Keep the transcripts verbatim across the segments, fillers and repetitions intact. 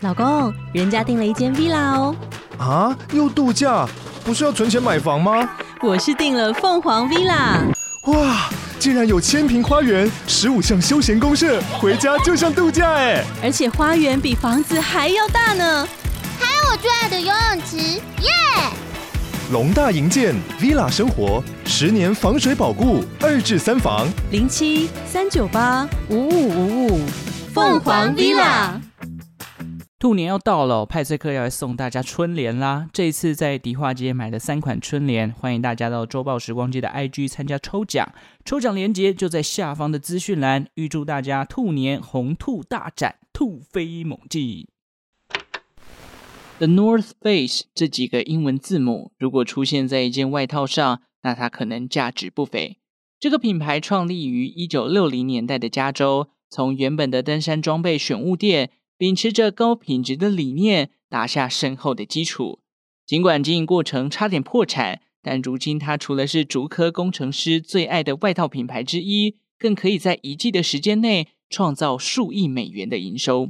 老公，人家订了一间 villa 哦。 啊，又度假？不是要存钱买房吗？ 我是订了凤凰 villa。 哇，竟然有千坪花园，十五项休闲公设，回家就像度假哎！ 而且花园比房子还要大呢。 还有我最爱的游泳池，耶！ 龙大营建 villa 生活，十年防水保固，二至三房， 零七三九八五五五五，凤凰 villa。 兔年要到了，派翠克要来送大家春联啦！这一次在迪化街买了三款春联，欢迎大家到周报时光机的 I G 参加抽奖，抽奖链接就在下方的资讯栏。预祝大家兔年红兔大展，兔飞猛进。The North Face 这几个英文字母，如果出现在一件外套上，那它可能价值不菲。这个品牌创立于一九六零年代的加州，从原本的登山装备选物店，秉持着高品质的理念，打下深厚的基础。尽管经营过程差点破产，但如今它除了是竹科工程师最爱的外套品牌之一，更可以在一季的时间内创造数亿美元的营收。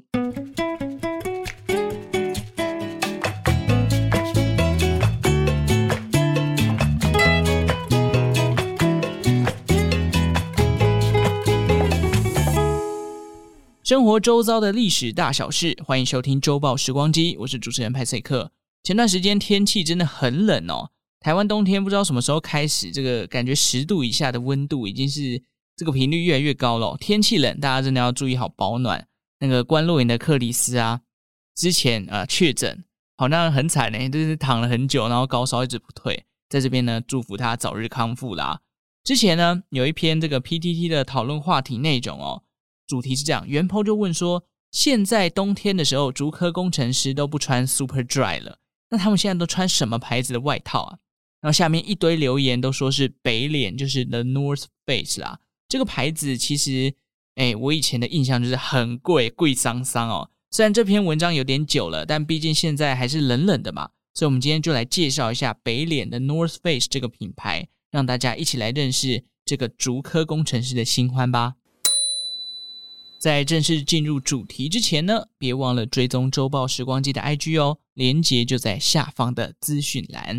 生活周遭的历史大小事，欢迎收听周报时光机，我是主持人派翠克。前段时间天气真的很冷哦，台湾冬天不知道什么时候开始，这个感觉十度以下的温度已经是这个频率越来越高了、哦、天气冷，大家真的要注意好保暖。那个关洛营的克里斯啊，之前呃确诊，好像很惨耶，就是躺了很久，然后高烧一直不退，在这边呢祝福他早日康复啦。之前呢有一篇这个 P T T 的讨论话题内容哦，主题是这样，原 po 就问说，现在冬天的时候，竹科工程师都不穿 Super Dry 了，那他们现在都穿什么牌子的外套啊？然后下面一堆留言都说是北脸，就是 The North Face 啦。这个牌子其实，哎，我以前的印象就是很贵，贵桑桑哦。虽然这篇文章有点久了，但毕竟现在还是冷冷的嘛，所以我们今天就来介绍一下北脸的 North Face 这个品牌，让大家一起来认识这个竹科工程师的新欢吧。在正式进入主题之前呢，别忘了追踪周报时光机的 I G 哦，连结就在下方的资讯栏。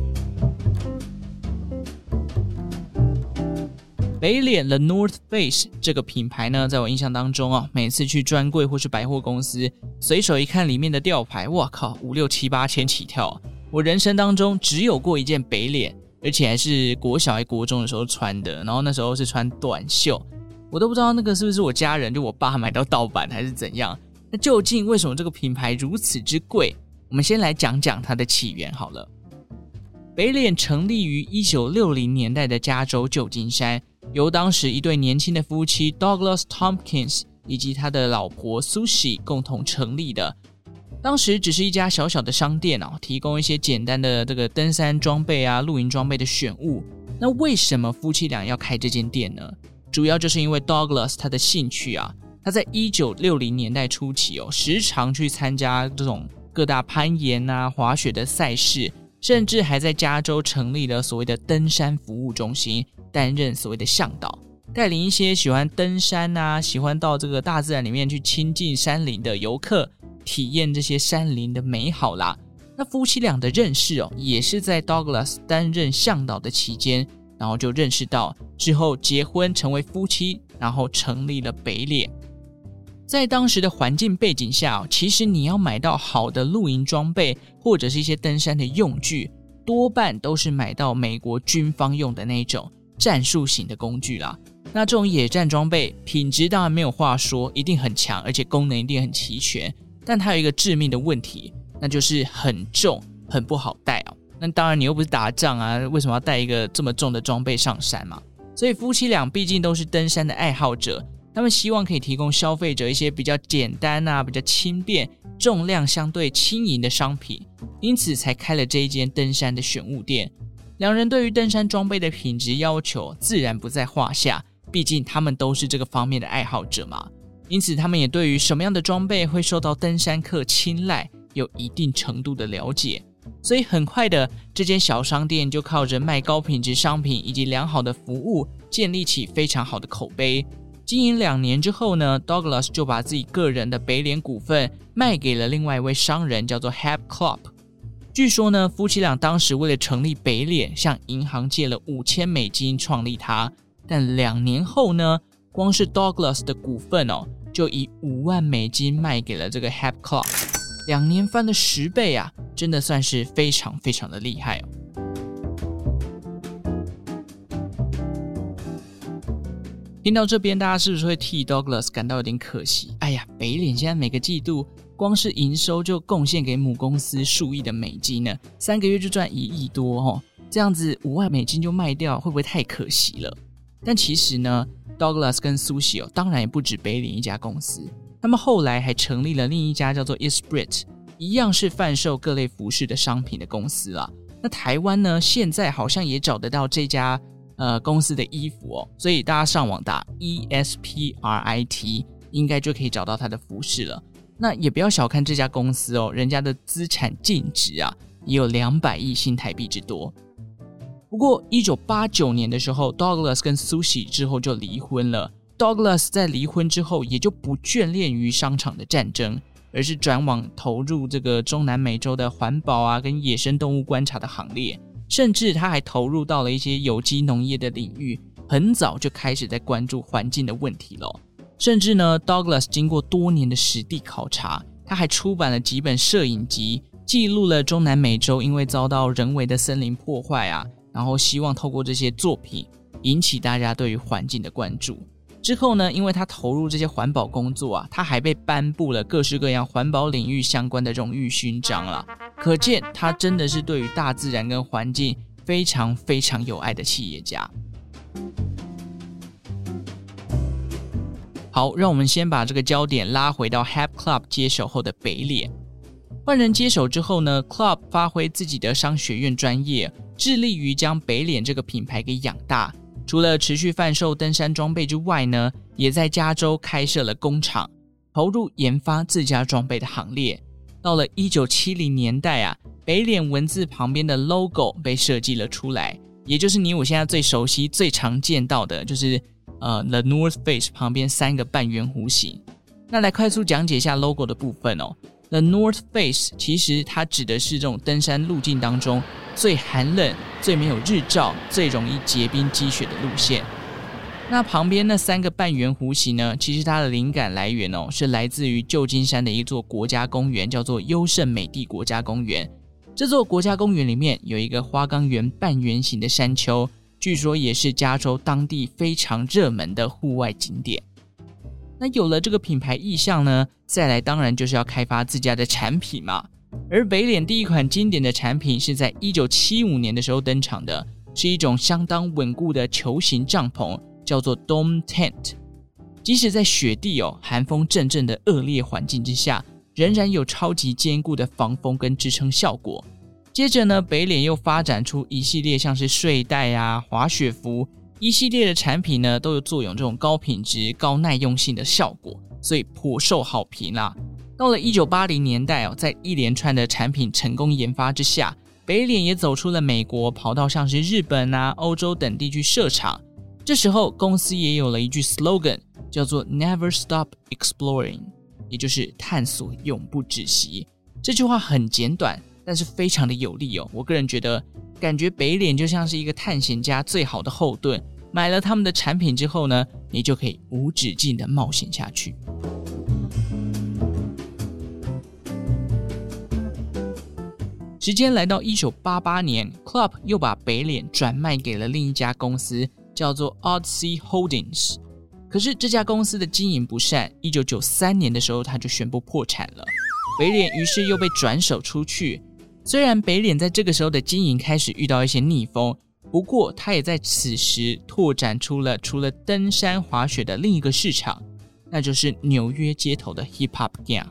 北脸 The North Face 这个品牌呢，在我印象当中啊，每次去专柜或是百货公司，随手一看里面的吊牌，哇靠，五六七八千起跳。我人生当中只有过一件北脸，而且还是国小还国中的时候穿的，然后那时候是穿短袖。我都不知道那个是不是我家人，就我爸买到盗版还是怎样。那究竟为什么这个品牌如此之贵？我们先来讲讲它的起源好了。北脸成立于一九六零年代的加州旧金山，由当时一对年轻的夫妻 Douglas Tompkins 以及他的老婆 Susie 共同成立的。当时只是一家小小的商店哦，提供一些简单的这个登山装备啊、露营装备的选物。那为什么夫妻俩要开这间店呢？主要就是因为 Douglas 他的兴趣啊，他在一九六零年代初期哦，时常去参加这种各大攀岩啊、滑雪的赛事，甚至还在加州成立了所谓的登山服务中心，担任所谓的向导，带领一些喜欢登山啊、喜欢到这个大自然里面去亲近山林的游客，体验这些山林的美好啦。那夫妻俩的认识哦，也是在 Douglas 担任向导的期间。然后就认识到，之后结婚成为夫妻，然后成立了北脸。在当时的环境背景下，其实你要买到好的露营装备或者是一些登山的用具，多半都是买到美国军方用的那种战术型的工具啦。那这种野战装备品质当然没有话说，一定很强，而且功能一定很齐全，但它有一个致命的问题，那就是很重，很不好带哦。那当然你又不是打仗啊，为什么要带一个这么重的装备上山嘛？所以夫妻俩毕竟都是登山的爱好者，他们希望可以提供消费者一些比较简单啊、比较轻便、重量相对轻盈的商品，因此才开了这一间登山的选物店。两人对于登山装备的品质要求自然不在话下，毕竟他们都是这个方面的爱好者嘛。因此他们也对于什么样的装备会受到登山客青睐有一定程度的了解。所以很快的，这间小商店就靠着卖高品质商品以及良好的服务，建立起非常好的口碑。 经营两年之后呢 Douglas 就把自己个人的北脸股份卖给了另外一位商人，叫做 Heb Klopp。 据说呢，夫妻俩当时为了成立北脸，向银行借了五千美金创立它，但两年后呢，光是 Douglas 的股份哦，就以五万美金卖给了这个 Heb Klopp， 两年翻了十倍啊，真的算是非常非常的厉害哦。听到这边，大家是不是会替 Douglas 感到有点可惜？哎呀，北脸现在每个季度光是营收就贡献给母公司数亿的美金呢，三个月就赚一亿多哦，这样子五万美金就卖掉，会不会太可惜了？但其实呢 ，Douglas 跟苏喜哦，当然也不止北脸一家公司，他们后来还成立了另一家叫做 Esprit， 一样是贩售各类服饰的商品的公司啦。那台湾呢，现在好像也找得到这家呃，公司的衣服哦，所以大家上网打 E S P R I T 应该就可以找到它的服饰了。那也不要小看这家公司哦，人家的资产净值啊也有两百亿新台币之多。不过一九八九年的时候 Douglas 跟 Sushi 之后就离婚了。 Douglas 在离婚之后也就不眷恋于商场的战争，而是转往投入这个中南美洲的环保啊跟野生动物观察的行列，甚至他还投入到了一些有机农业的领域，很早就开始在关注环境的问题了。甚至呢 Douglas 经过多年的实地考察，他还出版了几本摄影集，记录了中南美洲因为遭到人为的森林破坏啊，然后希望透过这些作品引起大家对于环境的关注。之后呢，因为他投入这些环保工作啊，他还被颁布了各式各样环保领域相关的荣誉勋章啦。可见他真的是对于大自然跟环境非常非常有爱的企业家。好，让我们先把这个焦点拉回到 Heb Klopp 接手后的北脸。换人接手之后呢 Klopp 发挥自己的商学院专业，致力于将北脸这个品牌给养大。除了持续贩售登山装备之外呢，也在加州开设了工厂，投入研发自家装备的行列。到了一九七零年代啊，北脸文字旁边的 logo 被设计了出来，也就是你我现在最熟悉最常见到的，就是呃 The North Face 旁边三个半圆弧形。那来快速讲解一下 logo 的部分哦。The North Face 其实它指的是这种登山路径当中最寒冷、最没有日照、最容易结冰积雪的路线。那旁边那三个半圆弧形呢，其实它的灵感来源哦，是来自于旧金山的一座国家公园，叫做优胜美地国家公园。这座国家公园里面有一个花岗岩半圆形的山丘，据说也是加州当地非常热门的户外景点。那有了这个品牌意象呢，再来当然就是要开发自家的产品嘛。而北脸第一款经典的产品是在一九七五年的时候登场的，是一种相当稳固的球形帐篷，叫做 Dome Tent。 即使在雪地哦，寒风阵阵的恶劣环境之下，仍然有超级坚固的防风跟支撑效果。接着呢，北脸又发展出一系列像是睡袋啊、滑雪服，一系列的产品呢都有作用这种高品质、高耐用性的效果，所以颇受好评啦。到了一九八零年代哦，在一连串的产品成功研发之下，北脸也走出了美国，跑到像是日本啊、欧洲等地去设厂。这时候公司也有了一句 slogan， 叫做 Never Stop Exploring， 也就是探索永不止息。这句话很简短，但是非常的有力哦。我个人觉得，感觉北脸就像是一个探险家最好的后盾，买了他们的产品之后呢，你就可以无止境的冒险下去。时间来到一九八八年 Klopp 又把北脸转卖给了另一家公司，叫做 Odyssey Holdings。 可是这家公司的经营不善，一九九三年的时候他就宣布破产了，北脸于是又被转手出去。虽然北脸在这个时候的经营开始遇到一些逆风，不过他也在此时拓展出了除了登山滑雪的另一个市场，那就是纽约街头的 Hip Hop Gang。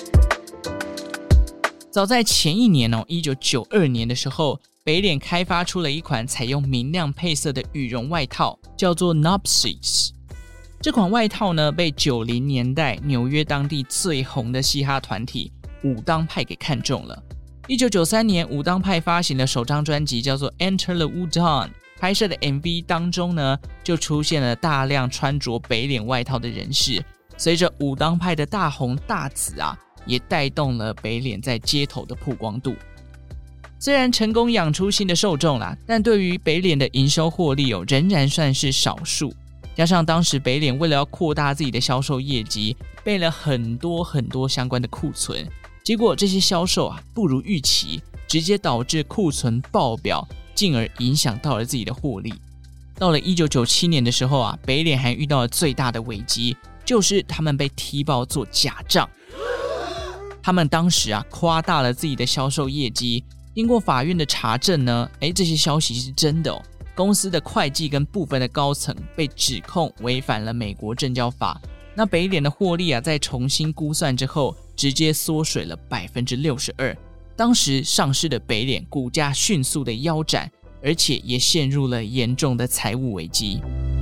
早在前一年哦，一九九二年的时候，北脸开发出了一款采用明亮配色的羽绒外套，叫做 Nopsies。 这款外套呢，被九零年代纽约当地最红的嘻哈团体武当派给看中了。一九九三年，武当派发行了首张专辑，叫做 Enter the Wu-Tang。 拍摄的 M V 当中呢，就出现了大量穿着北脸外套的人士。随着武当派的大红大紫啊，也带动了北脸在街头的曝光度。虽然成功养出新的受众啦，但对于北脸的营收获利哦，仍然算是少数。加上当时北脸为了要扩大自己的销售业绩，备了很多很多相关的库存，结果这些销售啊不如预期，直接导致库存爆表，进而影响到了自己的获利。到了一九九七年的时候啊，北脸还遇到了最大的危机，就是他们被踢爆做假账。他们当时啊夸大了自己的销售业绩，经过法院的查证呢，诶，这些消息是真的哦。公司的会计跟部分的高层被指控违反了美国证交法。那北脸的获利啊，在重新估算之后，直接缩水了 百分之六十二。当时上市的北脸股价迅速的腰斩，而且也陷入了严重的财务危机。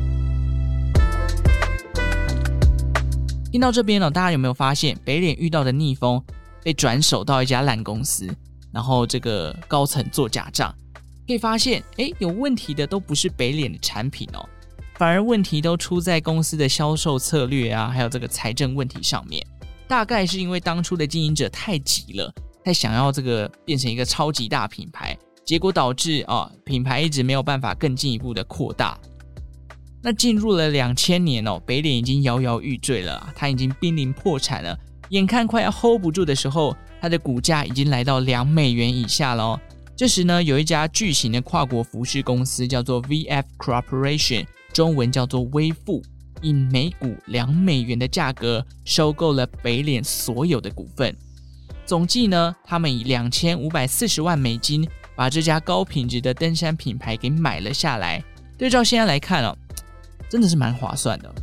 听到这边呢，大家有没有发现北脸遇到的逆风，被转手到一家烂公司，然后这个高层做假账？可以发现，诶，有问题的都不是北脸的产品哦，反而问题都出在公司的销售策略啊，还有这个财政问题上面。大概是因为当初的经营者太急了，太想要这个变成一个超级大品牌，结果导致啊品牌一直没有办法更进一步的扩大。那进入了两千年哦，北脸已经摇摇欲坠了，它已经濒临破产了，眼看快要 hold 不住的时候，它的股价已经来到两美元以下了哦。这时呢，有一家巨型的跨国服饰公司叫做 V F Corporation， 中文叫做微富，以每股两美元的价格收购了北脸所有的股份。总计呢，他们以两千五百四十万美金把这家高品质的登山品牌给买了下来。对照现在来看哦，真的是蛮划算的。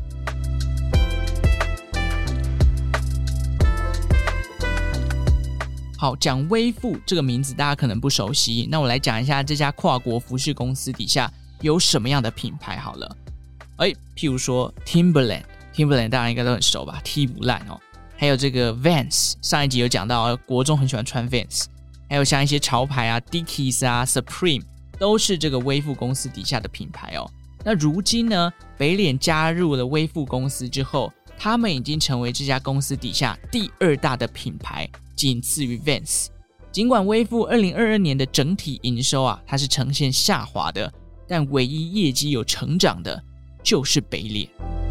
好，讲微富这个名字大家可能不熟悉，那我来讲一下这家跨国服饰公司底下有什么样的品牌好了。哎，譬如说 Timberland， Timberland 大家应该都很熟吧，踢不烂哦。还有这个 Vans， 上一集有讲到，国中很喜欢穿 Vans。还有像一些潮牌啊 Dickies 啊 Supreme， 都是这个微富公司底下的品牌哦。那如今呢，北脸加入了微富公司之后，他们已经成为这家公司底下第二大的品牌，仅次于 Vans。 尽管微富二零二二年的整体营收啊，它是呈现下滑的，但唯一业绩有成长的就是北脸。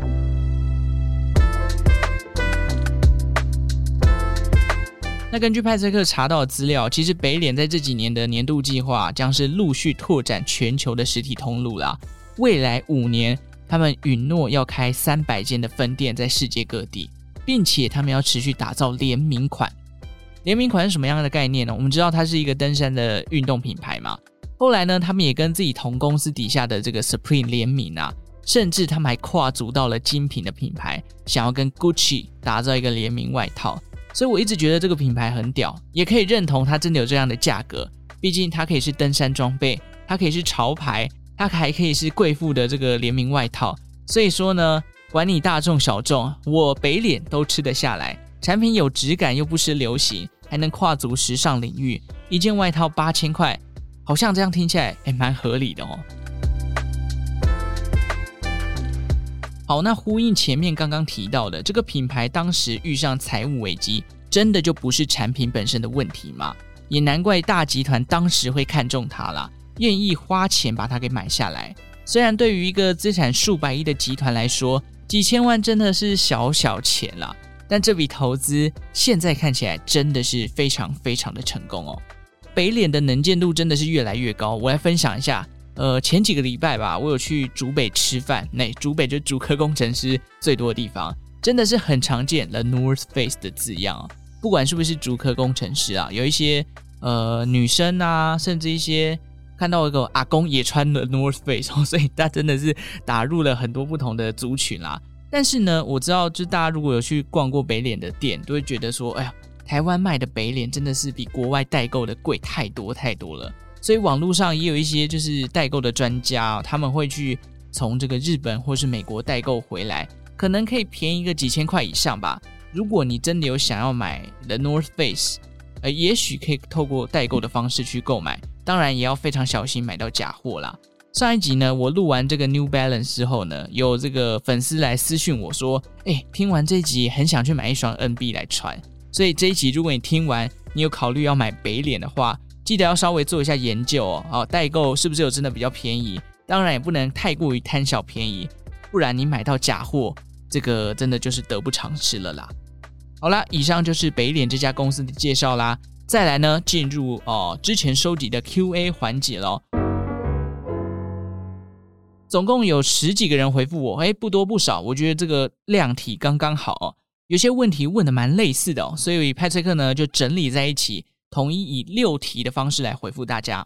那根据派翠克查到的资料，其实北脸在这几年的年度计划将是陆续拓展全球的实体通路啦。未来五年，他们允诺要开三百间的分店在世界各地，并且他们要持续打造联名款。联名款是什么样的概念呢？我们知道它是一个登山的运动品牌嘛，后来呢，他们也跟自己同公司底下的这个 Supreme 联名啊，甚至他们还跨足到了精品的品牌，想要跟 Gucci 打造一个联名外套。所以我一直觉得这个品牌很屌，也可以认同它真的有这样的价格。毕竟它可以是登山装备，它可以是潮牌，它还可以是贵妇的这个联名外套。所以说呢，管你大众小众，我北脸都吃得下来。产品有质感又不失流行，还能跨足时尚领域，一件外套八千块，好像这样听起来也蛮合理的哦。好，那呼应前面刚刚提到的，这个品牌当时遇上财务危机，真的就不是产品本身的问题吗？也难怪大集团当时会看中它啦，愿意花钱把它给买下来。虽然对于一个资产数百亿的集团来说，几千万真的是小小钱啦，但这笔投资现在看起来真的是非常非常的成功哦。北脸的能见度真的是越来越高。我来分享一下，呃，前几个礼拜吧，我有去竹北吃饭，那竹北就是竹科工程师最多的地方，真的是很常见 The North Face 的字样哦。不管是不是竹科工程师啊，有一些呃女生啊，甚至一些看到一个阿公也穿了 North Face，哦，所以他真的是打入了很多不同的族群啦。但是呢，我知道就是大家如果有去逛过北脸的店，都会觉得说，哎呀，台湾卖的北脸真的是比国外代购的贵太多太多了。所以网络上也有一些就是代购的专家，哦，他们会去从这个日本或是美国代购回来，可能可以便宜个几千块以上吧。如果你真的有想要买 The North Face，呃，也许可以透过代购的方式去购买，当然也要非常小心买到假货啦。 上一集呢，我录完这个 New Balance 之后呢，有这个粉丝来私讯我说，哎，听完这一集很想去买一双 N B 来穿，所以这一集如果你听完，你有考虑要买北脸的话，记得要稍微做一下研究哦。哦，代购是不是有真的比较便宜？当然也不能太过于贪小便宜，不然你买到假货，这个真的就是得不偿失了啦。好啦，以上就是北脸这家公司的介绍啦。再来呢，进入哦之前收集的 Q A 环节咯。总共有十几个人回复我，诶，不多不少，我觉得这个量体刚刚好哦。有些问题问的蛮类似的哦，所以派翠克呢就整理在一起，统一以六题的方式来回复大家。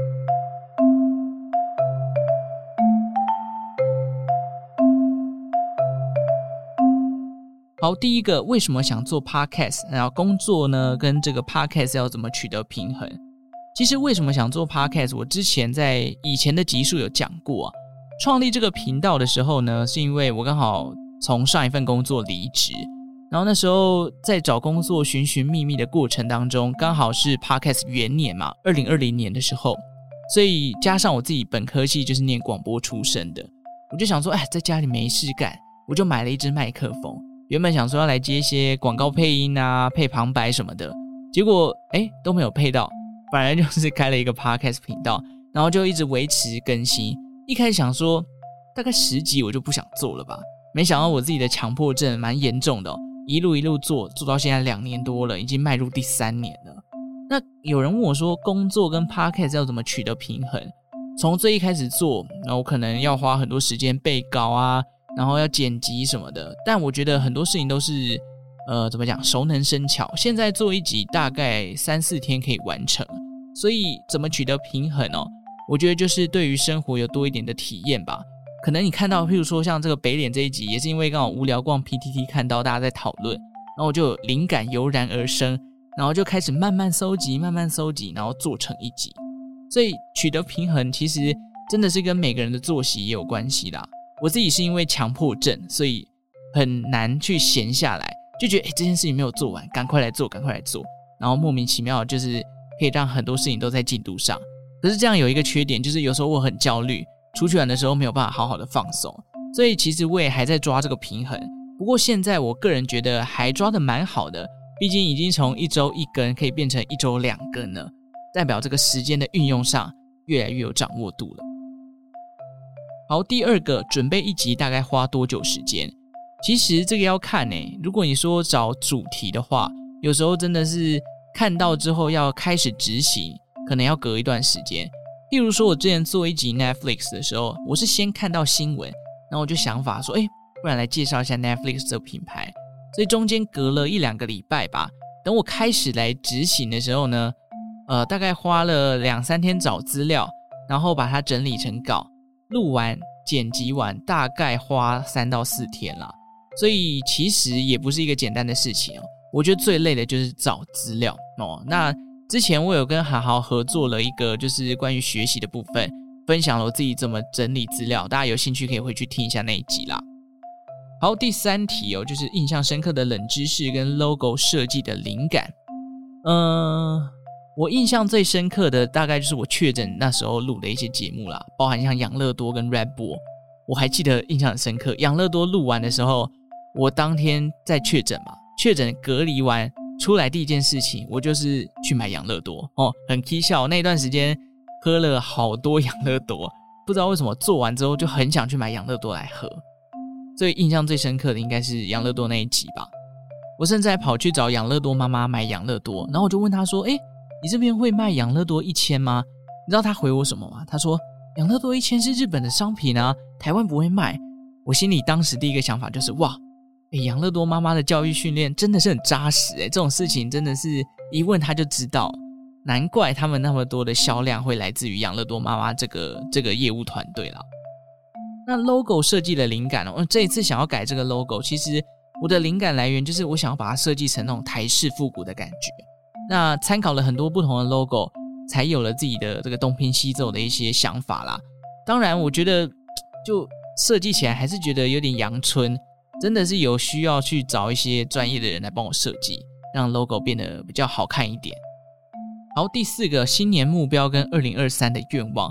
好，第一个，为什么想做 podcast？ 然后工作呢跟这个 podcast 要怎么取得平衡？其实为什么想做 podcast， 我之前在以前的集数有讲过啊。创立这个频道的时候呢，是因为我刚好从上一份工作离职，然后那时候在找工作寻寻觅觅的过程当中，刚好是 podcast 元年嘛，二零二零年的时候，所以加上我自己本科系就是念广播出身的，我就想说，哎，在家里没事干，我就买了一支麦克风，原本想说要来接一些广告配音啊、配旁白什么的，结果哎都没有配到，反而就是开了一个 podcast 频道，然后就一直维持更新。一开始想说大概十集我就不想做了吧，没想到我自己的强迫症蛮严重的哦，一路一路做做到现在两年多了，已经迈入第三年了。那有人问我说，工作跟 podcast 要怎么取得平衡？从最一开始做，那我可能要花很多时间背稿啊，然后要剪辑什么的，但我觉得很多事情都是呃怎么讲，熟能生巧，现在做一集大概三四天可以完成，所以怎么取得平衡哦？我觉得就是对于生活有多一点的体验吧。可能你看到譬如说像这个北脸这一集，也是因为刚好无聊逛 P T T 看到大家在讨论，然后我就有灵感油然而生，然后就开始慢慢搜集慢慢搜集，然后做成一集。所以取得平衡其实真的是跟每个人的作息也有关系啦。我自己是因为强迫症，所以很难去闲下来，就觉得诶这件事情没有做完，赶快来做赶快来做，然后莫名其妙就是可以让很多事情都在进度上。可是这样有一个缺点，就是有时候我很焦虑，出去玩的时候没有办法好好的放松，所以其实我也还在抓这个平衡。不过现在我个人觉得还抓得蛮好的，毕竟已经从一周一更可以变成一周两更了，代表这个时间的运用上越来越有掌握度了。好，第二个，准备一集大概花多久时间？其实这个要看欸，如果你说找主题的话，有时候真的是看到之后要开始执行，可能要隔一段时间。例如说我之前做一集 Netflix 的时候，我是先看到新闻，然后我就想法说，诶，不然来介绍一下 Netflix 这个品牌，所以中间隔了一两个礼拜吧。等我开始来执行的时候呢，呃，大概花了两三天找资料，然后把它整理成稿，录完剪辑完大概花三到四天啦。所以其实也不是一个简单的事情哦。我觉得最累的就是找资料哦。那之前我有跟好好合作了一个就是关于学习的部分，分享了我自己怎么整理资料，大家有兴趣可以回去听一下那一集啦。好，第三题哦，就是印象深刻的冷知识跟 logo 设计的灵感。嗯，我印象最深刻的大概就是我确诊那时候录的一些节目啦，包含像养乐多跟 Red Bull， 我还记得印象很深刻。养乐多录完的时候，我当天在确诊嘛，确诊隔离完出来第一件事情，我就是去买养乐多哦，很起笑。那段时间喝了好多养乐多，不知道为什么做完之后就很想去买养乐多来喝，所以印象最深刻的应该是养乐多那一集吧。我甚至还跑去找养乐多妈妈买养乐多，然后我就问她说：“诶，你这边会卖养乐多一千吗？”你知道她回我什么吗？她说：“养乐多一千是日本的商品啊，台湾不会卖。”我心里当时第一个想法就是哇。欸，养乐多妈妈的教育训练真的是很扎实欸，这种事情真的是一问她就知道，难怪他们那么多的销量会来自于养乐多妈妈这个这个业务团队啦。那 logo 设计的灵感哦，这一次想要改这个 logo， 其实我的灵感来源就是我想要把它设计成那种台式复古的感觉。那参考了很多不同的 logo， 才有了自己的这个东拼西凑的一些想法啦。当然，我觉得就设计起来还是觉得有点阳春。真的是有需要去找一些专业的人来帮我设计，让 logo 变得比较好看一点。好，第四个新年目标跟二零二三的愿望，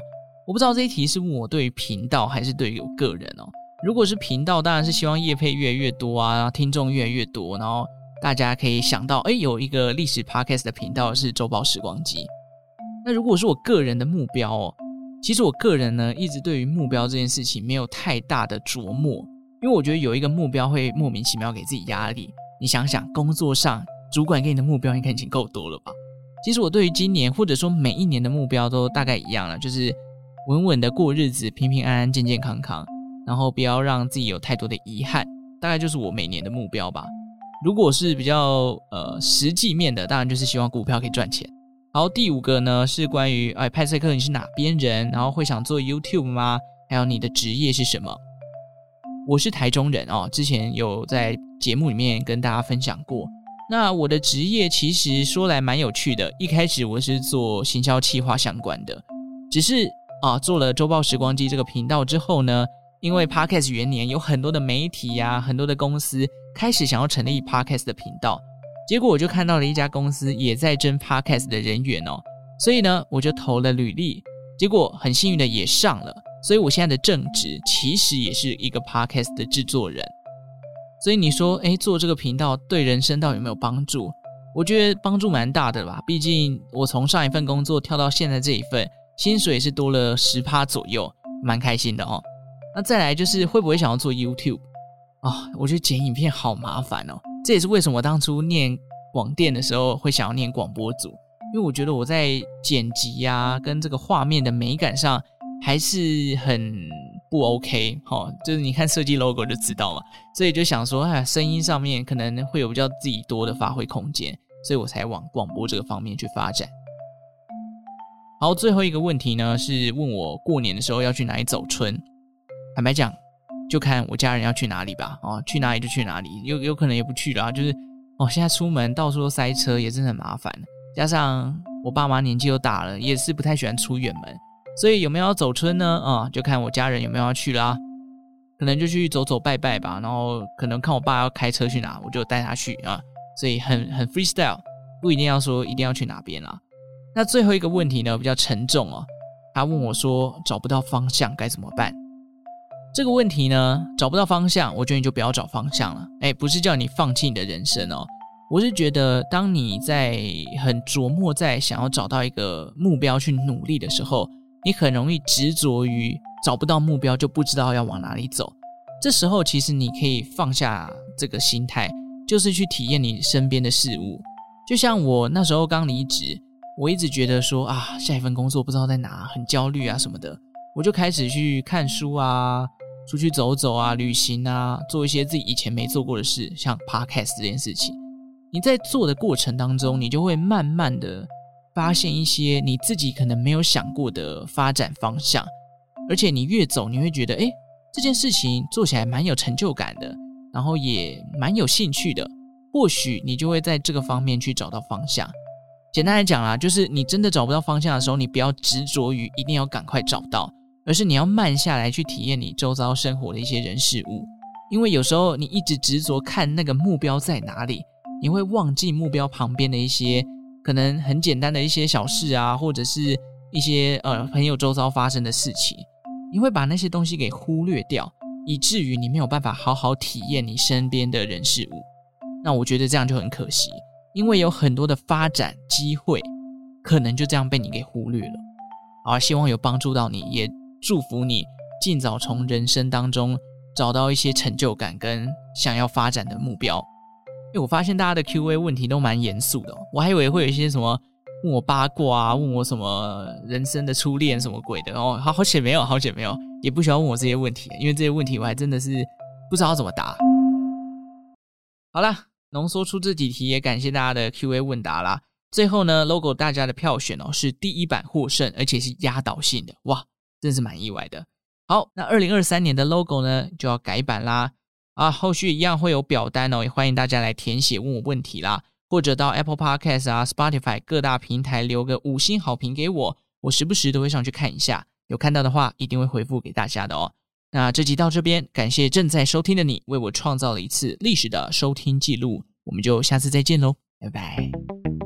我不知道这一题是问我对于频道还是对于我个人哦。如果是频道，当然是希望业配越来越多啊，听众越来越多，然后大家可以想到，哎，有一个历史 podcast 的频道是周报时光机。那如果是我个人的目标哦，其实我个人呢，一直对于目标这件事情没有太大的琢磨，因为我觉得有一个目标会莫名其妙给自己压力。你想想，工作上主管给你的目标应该已经够多了吧？其实我对于今年或者说每一年的目标都大概一样了，就是稳稳的过日子，平平安安，健健康康，然后不要让自己有太多的遗憾，大概就是我每年的目标吧。如果是比较呃实际面的，当然就是希望股票可以赚钱。好，第五个呢是关于哎，派翠克你是哪边人，然后会想做 YouTube 吗？还有你的职业是什么？我是台中人哦，之前有在节目里面跟大家分享过。那我的职业其实说来蛮有趣的，一开始我是做行销企划相关的，只是啊做了周报时光机这个频道之后呢，因为 Podcast 元年有很多的媒体啊，很多的公司开始想要成立 Podcast 的频道，结果我就看到了一家公司也在征 Podcast 的人员哦，所以呢我就投了履历，结果很幸运的也上了，所以我现在的正职其实也是一个 Podcast 的制作人。所以你说诶做这个频道对人生到底有没有帮助？我觉得帮助蛮大的吧，毕竟我从上一份工作跳到现在这一份，薪水是多了 百分之十 左右，蛮开心的哦。那再来就是会不会想要做 YouTube 啊、哦？我觉得剪影片好麻烦哦，这也是为什么我当初念广电的时候会想要念广播组，因为我觉得我在剪辑啊跟这个画面的美感上还是很不 OK、哦、就是你看设计 logo 就知道嘛，所以就想说哎，声音上面可能会有比较自己多的发挥空间，所以我才往广播这个方面去发展。好，最后一个问题呢是问我过年的时候要去哪里走春。坦白讲就看我家人要去哪里吧、哦、去哪里就去哪里， 有, 有可能也不去啦，就是哦，现在出门到处都塞车，也真的很麻烦，加上我爸妈年纪都大了，也是不太喜欢出远门，所以有没有要走春呢、嗯、就看我家人有没有要去啦，可能就去走走拜拜吧，然后可能看我爸要开车去哪，我就带他去啊，所以很很 freestyle， 不一定要说一定要去哪边啦。那最后一个问题呢比较沉重哦，他问我说找不到方向该怎么办。这个问题呢找不到方向，我觉得你就不要找方向了，诶不是叫你放弃你的人生哦，我是觉得当你在很琢磨在想要找到一个目标去努力的时候，你很容易执着于找不到目标就不知道要往哪里走，这时候其实你可以放下这个心态，就是去体验你身边的事物。就像我那时候刚离职，我一直觉得说啊，下一份工作不知道在哪，很焦虑啊什么的，我就开始去看书啊，出去走走啊，旅行啊，做一些自己以前没做过的事，像 Podcast 这件事情。你在做的过程当中，你就会慢慢的发现一些你自己可能没有想过的发展方向，而且你越走你会觉得诶这件事情做起来蛮有成就感的，然后也蛮有兴趣的，或许你就会在这个方面去找到方向。简单来讲啦，就是你真的找不到方向的时候，你不要执着于一定要赶快找到，而是你要慢下来去体验你周遭生活的一些人事物。因为有时候你一直执着看那个目标在哪里，你会忘记目标旁边的一些可能很简单的一些小事啊，或者是一些呃朋友周遭发生的事情，你会把那些东西给忽略掉，以至于你没有办法好好体验你身边的人事物。那我觉得这样就很可惜，因为有很多的发展机会可能就这样被你给忽略了。好，希望有帮助到你，也祝福你尽早从人生当中找到一些成就感跟想要发展的目标。因为我发现大家的 Q A 问题都蛮严肃的、哦、我还以为会有一些什么问我八卦啊，问我什么人生的初恋什么鬼的哦，好好险没有，好险没有，也不需要问我这些问题，因为这些问题我还真的是不知道怎么答。好啦，浓缩出这几题，也感谢大家的 Q A 问答啦。最后呢 logo 大家的票选哦是第一版获胜，而且是压倒性的，哇，真是蛮意外的。好，那二零二三年的 logo 呢就要改版啦。啊，后续一样会有表单哦，也欢迎大家来填写问我问题啦，或者到 Apple Podcast 啊 Spotify 各大平台留个五星好评给我，我时不时都会上去看一下，有看到的话一定会回复给大家的哦。那这集到这边，感谢正在收听的你为我创造了一次历史的收听记录，我们就下次再见咯，拜拜。